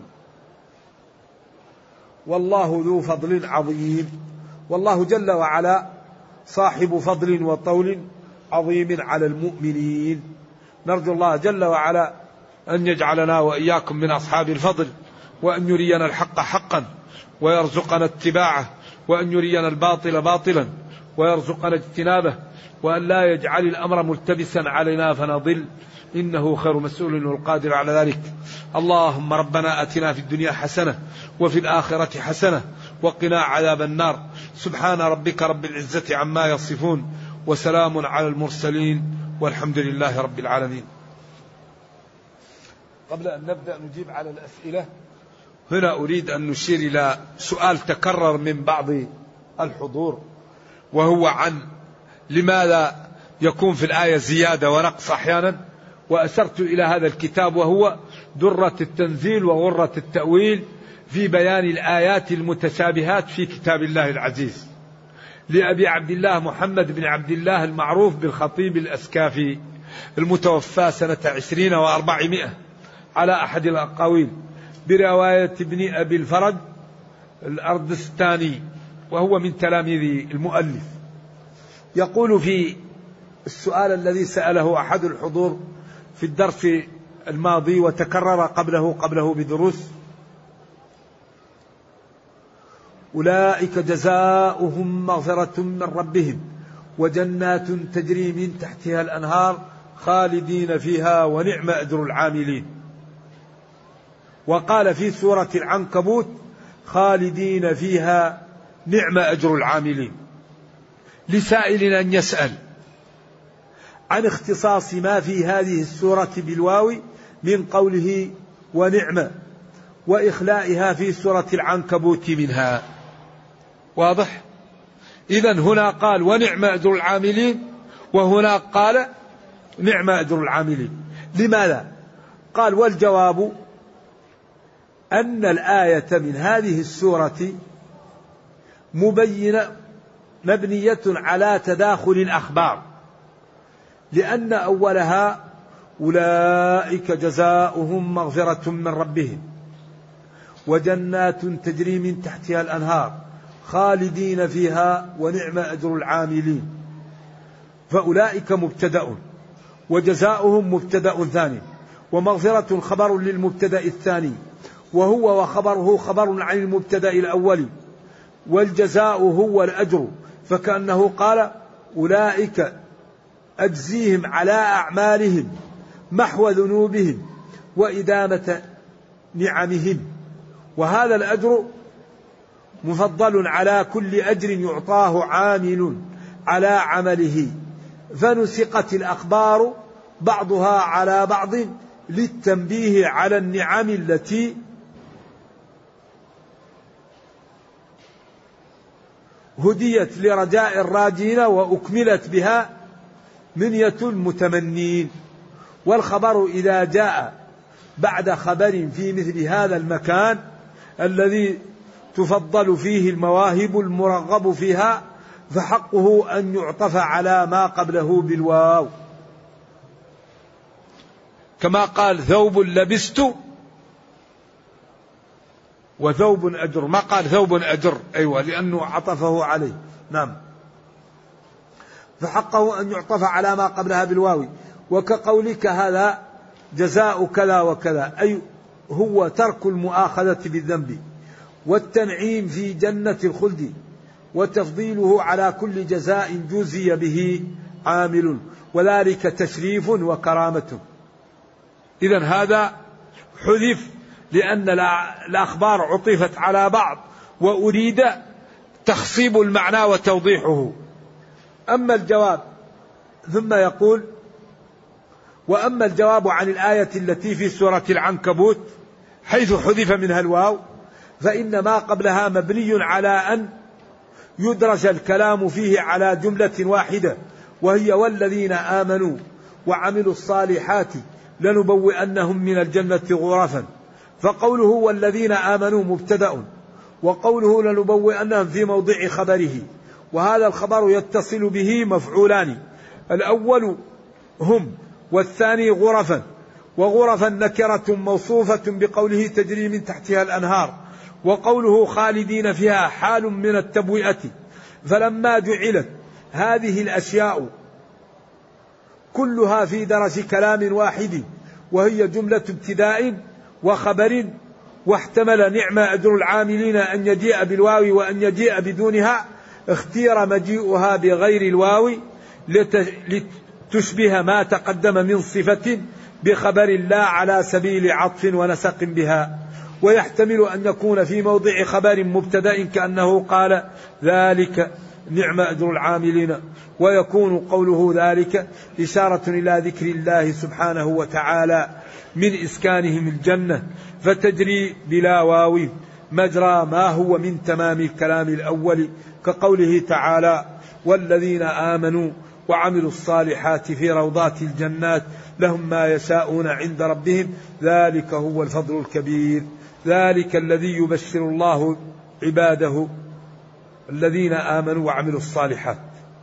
والله ذو فضل عظيم. والله جل وعلا صاحب فضل وطول عظيم على المؤمنين. نرجو الله جل وعلا أن يجعلنا وإياكم من أصحاب الفضل، وأن يرينا الحق حقا ويرزقنا اتباعه، وأن يرينا الباطل باطلا ويرزقنا اجتنابه، وأن لا يجعل الأمر ملتبسا علينا فنضل، إنه خير مسؤول والقادر على ذلك. اللهم ربنا أتنا في الدنيا حسنة وفي الآخرة حسنة وقنا عذاب النار. سبحان ربك رب العزة عما يصفون، وسلام على المرسلين، والحمد لله رب العالمين. قبل أن نبدأ نجيب على الأسئلة، هنا أريد أن نشير إلى سؤال تكرر من بعض الحضور، وهو عن لماذا يكون في الآية زيادة ونقص أحيانا. وأشرت إلى هذا الكتاب، وهو درة التنزيل وغرة التأويل في بيان الآيات المتشابهات في كتاب الله العزيز، لأبي عبد الله محمد بن عبد الله المعروف بالخطيب الأسكافي، المتوفى سنة 20 و400 على أحد الأقاويل، برواية ابن أبي الفرج الأردستاني، وهو من تلاميذ المؤلف. يقول في السؤال الذي سأله أحد الحضور في الدرس الماضي وتكرر قبله بدروس: أولئك جزاؤهم مغفرة من ربهم وجنات تجري من تحتها الأنهار خالدين فيها ونعم أجر العاملين. وقال في سورة العنكبوت: خالدين فيها نعم أجر العاملين. لسائل أن يسأل عن اختصاص ما في هذه السورة بالواو من قوله ونعم، وإخلائها في سورة العنكبوت منها. واضح؟ إذن هنا قال ونعم أجر العاملين، وهنا قال نعم أجر العاملين. لماذا؟ قال: والجواب أن الآية من هذه السورة مبنية على تداخل الأخبار، لأن أولها أولئك جزاؤهم مغفرة من ربهم وجنات تجري من تحتها الأنهار خالدين فيها ونعم أجر العاملين. فأولئك مبتدأ، وجزاؤهم مبتدأ ثاني، ومغفرة خبر للمبتدأ الثاني، وهو وخبره خبر عن المبتدأ الأول، والجزاء هو الأجر، فكأنه قال: أولئك أجزيهم على أعمالهم محو ذنوبهم وإدامة نعمهم. وهذا الأجر مفضل على كل أجر يعطاه عامل على عمله، فنسقت الأخبار بعضها على بعض للتنبيه على النعم التي هديت لرجاء الراجين وأكملت بها منية المتمنين. والخبر إذا جاء بعد خبر في مثل هذا المكان الذي تفضل فيه المواهب المرغب فيها، فحقه أن يعطف على ما قبله بالواو، كما قال: ثوب لبست وثوب أجر، ما قال ثوب أجر، أيوة لأنه عطفه عليه. نعم. فحقه أن يعطف على ما قبلها بالواو، وكقولك هذا جزاء كذا وكذا، أي هو ترك المؤاخذة بالذنب والتنعيم في جنة الخلد وتفضيله على كل جزاء جزي به عامل، وذلك تشريف وكرامة. إذن هذا حذف لأن الأخبار عطفت على بعض وأريد تخصيب المعنى وتوضيحه. أما الجواب، ثم يقول: وأما الجواب عن الآية التي في سورة العنكبوت حيث حذف منها الواو فإن ما قبلها مبني على أن يدرج الكلام فيه على جملة واحدة، وهي والذين آمنوا وعملوا الصالحات لنبوئنهم من الجنة غرفا. فقوله والذين آمنوا مبتدأ، وقوله لنبوئنهم في موضع خبره، وهذا الخبر يتصل به مفعولان: الأول هم، والثاني غرفا. وغرفا نكرة موصوفة بقوله تجري من تحتها الأنهار، وقوله خالدين فيها حال من التبوئة. فلما جعلت هذه الأشياء كلها في درج كلام واحد وهي جملة ابتداء وخبر، واحتمل نعم أجر العاملين أن يجيء بالواو وأن يجيء بدونها، اختير مجيئها بغير الواو لتشبه ما تقدم من صفة بخبر الله على سبيل عطف ونسق بها. ويحتمل أن يكون في موضع خبر مبتدأ كأنه قال ذلك نعم أجر العاملين، ويكون قوله ذلك إشارة إلى ذكر الله سبحانه وتعالى من إسكانهم الجنة، فتجري بلا واو مجرى ما هو من تمام الكلام الأول، كقوله تعالى والذين آمنوا وعملوا الصالحات في روضات الجنات لهم ما يشاءون عند ربهم ذلك هو الفضل الكبير. ذلك الذي يبشر الله عباده الذين آمنوا وعملوا الصالحات.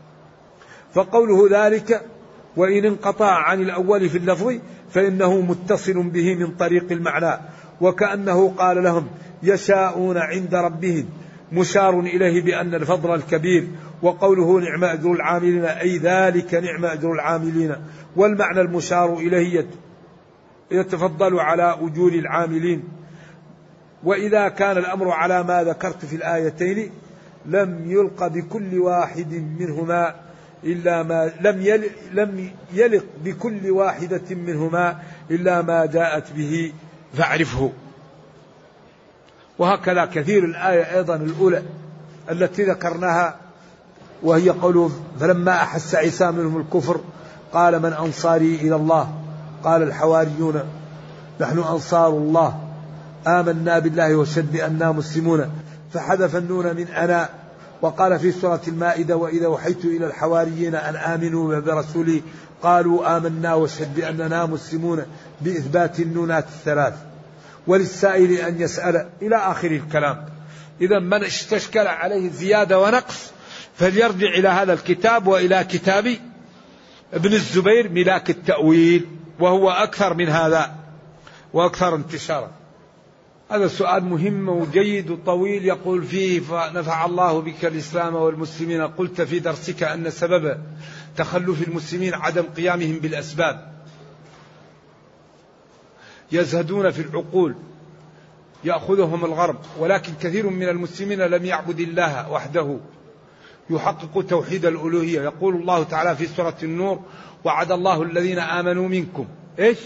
فقوله ذلك وإن انقطع عن الأول في اللفظ فإنه متصل به من طريق المعنى، وكأنه قال لهم يشاءون عند ربهم، مشار إليه بأن الفضل الكبير. وقوله نعم أجر العاملين أي ذلك نعم أجر العاملين، والمعنى المشار إليه يتفضل على أجور العاملين. وإذا كان الأمر على ما ذكرت في الآيتين لم يلق بكل واحد منهما إلا ما لم يلق بكل واحدة منهما إلا ما جاءت به فاعرفه. وهكذا كثير الآية أيضا الأولى التي ذكرناها، وهي قوله فلما أحس عيسى منهم الكفر قال من أنصاري إلى الله قال الحواريون نحن أنصار الله آمنا بالله واشهد بأننا مسلمون، فحذف النون من أنا. وقال في سورة المائدة وإذا وحيت إلى الحواريين أن آمنوا برسولي قالوا آمنا واشهد بأننا مسلمون، بإثبات النونات الثلاث. وللسائل أن يسأل إلى آخر الكلام. إذا من استشكل عليه زيادة ونقص فليرجع إلى هذا الكتاب وإلى كتاب ابن الزبير ملاك التأويل، وهو أكثر من هذا وأكثر انتشارا. هذا سؤال مهم وجيد وطويل يقول فيه فنفع الله بك الإسلام والمسلمين. قلت في درسك أن سبب تخلف المسلمين عدم قيامهم بالأسباب، يزهدون في العقول يأخذهم الغرب، ولكن كثير من المسلمين لم يعبد الله وحده يحقق توحيد الألوهية. يقول الله تعالى في سورة النور وعد الله الذين آمنوا منكم إيش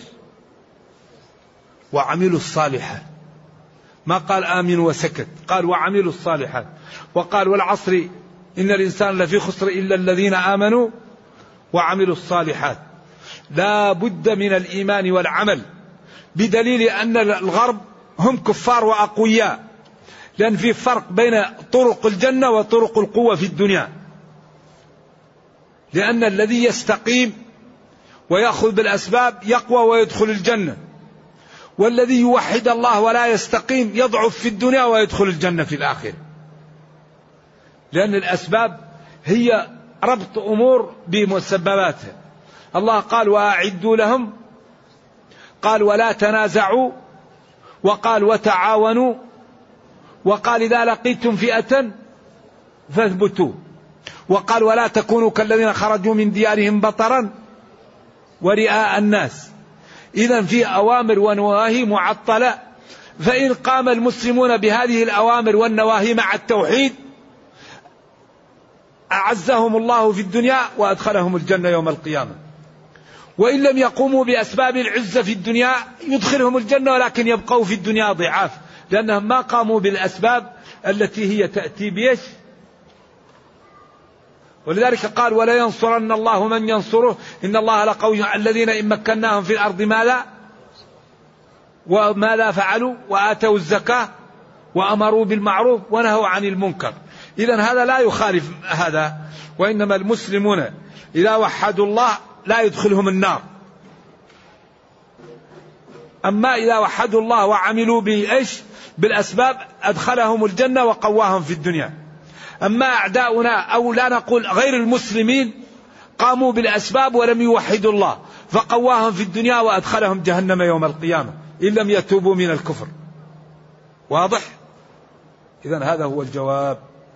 وعملوا الصالحات، ما قال آمنوا وسكت، قال وعملوا الصالحات. وقال والعصر إن الإنسان لفي خسر إلا الذين آمنوا وعملوا الصالحات. لا بد من الإيمان والعمل، بدليل أن الغرب هم كفار وأقوياء، لأن في فرق بين طرق الجنة وطرق القوة في الدنيا. لأن الذي يستقيم ويأخذ بالأسباب يقوى ويدخل الجنة، والذي يوحد الله ولا يستقيم يضعف في الدنيا ويدخل الجنة في الآخرة. لأن الأسباب هي ربط أمور بمسبباتها. الله قال وأعدوا لهم، قال ولا تنازعوا، وقال وتعاونوا وقال إذا لقيتم فئة فاثبتوا، وقال ولا تكونوا كالذين خرجوا من ديارهم بطرا ورئاء الناس. إذن في أوامر ونواهي معطلة، فإن قام المسلمون بهذه الأوامر والنواهي مع التوحيد أعزهم الله في الدنيا وأدخلهم الجنة يوم القيامة. وإن لم يقوموا بأسباب العزة في الدنيا يدخلهم الجنة، ولكن يبقوا في الدنيا ضعاف، لأنهم ما قاموا بالأسباب التي هي تأتي بيش. ولذلك قال ولا ينصرن الله من ينصره إن الله لقوي. الذين إن مكناهم في الأرض ماذا فعلوا وآتوا الزكاة وأمروا بالمعروف ونهوا عن المنكر. إذن هذا لا يخالف هذا. وإنما المسلمون إذا وحدوا الله لا يدخلهم النار. أما إذا وحدوا الله وعملوا بالأسباب أدخلهم الجنة وقواهم في الدنيا. أما أعداؤنا أو لا نقول غير المسلمين قاموا بالأسباب ولم يوحدوا الله فقواهم في الدنيا وأدخلهم جهنم يوم القيامة إن لم يتوبوا من الكفر. واضح؟ إذن هذا هو الجواب.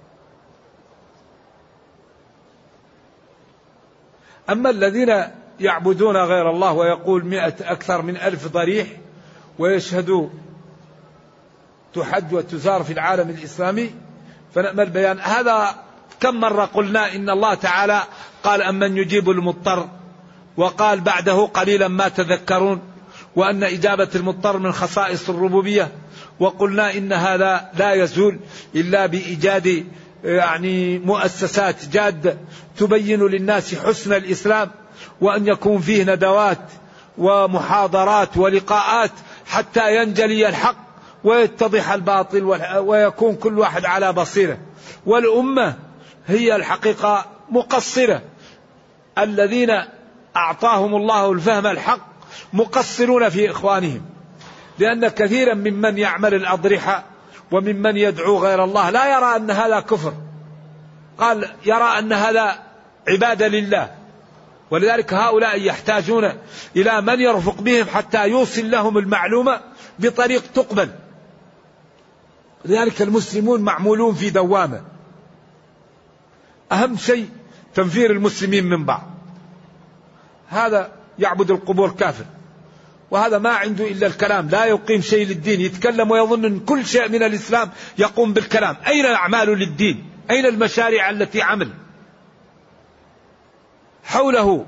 أما الذين يعبدون غير الله ويقول أكثر من 1000 ضريح ويشهدوا تحج وتزار في العالم الإسلامي فنأمل بيان هذا. كم مرة قلنا إن الله تعالى قال أمن يجيب المضطر، وقال بعده قليلا ما تذكرون، وأن إجابة المضطر من خصائص الربوبية. وقلنا إن هذا لا يزول إلا بإيجاد مؤسسات جادة تبين للناس حسن الإسلام، وأن يكون فيه ندوات ومحاضرات ولقاءات حتى ينجلي الحق ويتضح الباطل ويكون كل واحد على بصيرة. والأمة هي الحقيقة مقصرة، الذين أعطاهم الله الفهم الحق مقصرون في إخوانهم، لأن كثيرا ممن يعمل الأضرحة وممن يدعو غير الله لا يرى أن هذا كفر، قال يرى أن هذا عبادة لله. ولذلك هؤلاء يحتاجون إلى من يرفق بهم حتى يوصل لهم المعلومة بطريق تقبل. لذلك المسلمون معمولون في دوامة. أهم شيء تنفير المسلمين من بعض. هذا يعبد القبور كافر، وهذا ما عنده إلا الكلام، لا يقيم شيء للدين، يتكلم ويظن أن كل شيء من الإسلام يقوم بالكلام. أين الأعمال للدين؟ أين المشاريع التي عمل حوله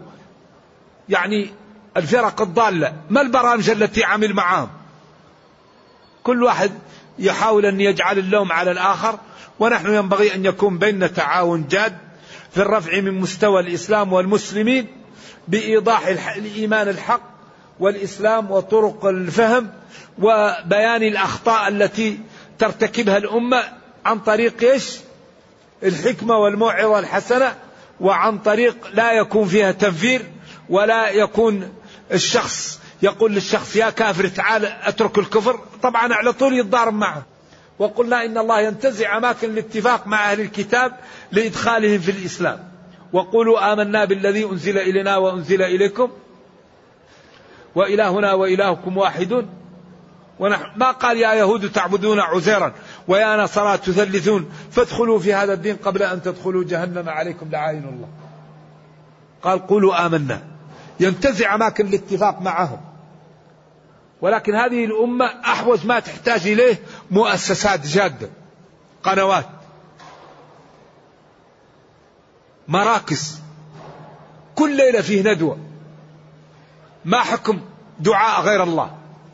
الفرق الضالة؟ ما البرامج التي عمل معهم؟ كل واحد يحاول أن يجعل اللوم على الآخر، ونحن ينبغي أن يكون بيننا تعاون جاد في الرفع من مستوى الإسلام والمسلمين بإيضاح الإيمان الحق والإسلام وطرق الفهم وبيان الأخطاء التي ترتكبها الأمة عن طريق الحكمة والموعظة الحسنة، وعن طريق لا يكون فيها تنفير، ولا يكون الشخص يقول للشخص يا كافر تعال اترك الكفر، طبعا على طول يتضارب معه. وقلنا إن الله ينتزع أماكن الاتفاق مع أهل الكتاب لإدخالهم في الإسلام. وقولوا آمنا بالذي أنزل إلينا وأنزل إليكم وإلهنا وإلهكم واحد. ونحن ما قال يا يهود تعبدون عزيرا ويا نصارى تثلثون فادخلوا في هذا الدين قبل أن تدخلوا جهنم عليكم لعائن الله. قال قولوا آمنا، ينتزع أماكن الاتفاق معهم. ولكن هذه الأمة أحوج ما تحتاج إليه مؤسسات جادة، قنوات، مراكز، كل ليلة فيه ندوة. ما حكم دعاء غير الله؟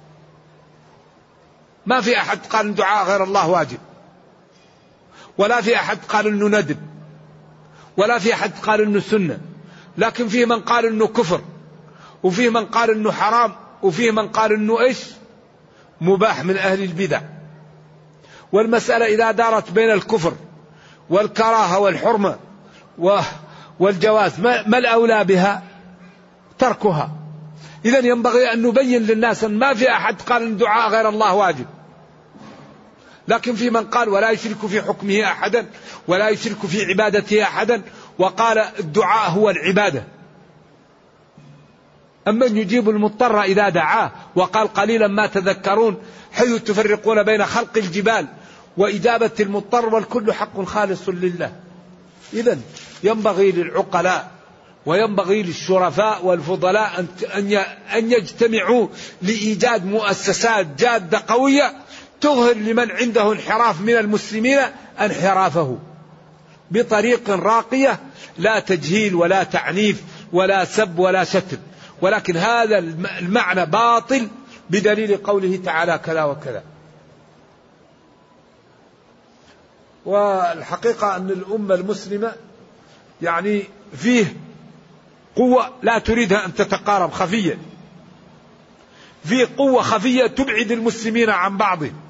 ما في أحد قال أن دعاء غير الله واجب، ولا في أحد قال أنه ندب، ولا في أحد قال أنه سنة. لكن فيه من قال أنه كفر، وفيه من قال أنه حرام، وفيه من قال أنه مباح من أهل البدع. والمسألة إذا دارت بين الكفر والكراهة والحرمة والجواز ما الأولى بها؟ تركها. إذن ينبغي أن نبين للناس أن ما في أحد قال أن دعاء غير الله واجب، لكن في من قال ولا يشرك في حكمه أحدا ولا يشرك في عبادته أحدا، وقال الدعاء هو العبادة. أما يجيب المضطر إذا دعاه، وقال قليلا ما تذكرون، حيث تفرقون بين خلق الجبال وإجابة المضطر، والكل حق خالص لله. إذن ينبغي للعقلاء وينبغي للشرفاء والفضلاء أن يجتمعوا لإيجاد مؤسسات جادة قوية تظهر لمن عنده انحراف من المسلمين انحرافه بطريق راقية، لا تجهيل ولا تعنيف ولا سب ولا شتم، ولكن هذا المعنى باطل بدليل قوله تعالى كذا وكذا. والحقيقة أن الأمة المسلمة يعني فيه قوة لا تريدها أن تتقارب خفية، فيه قوة خفية تبعد المسلمين عن بعضهم،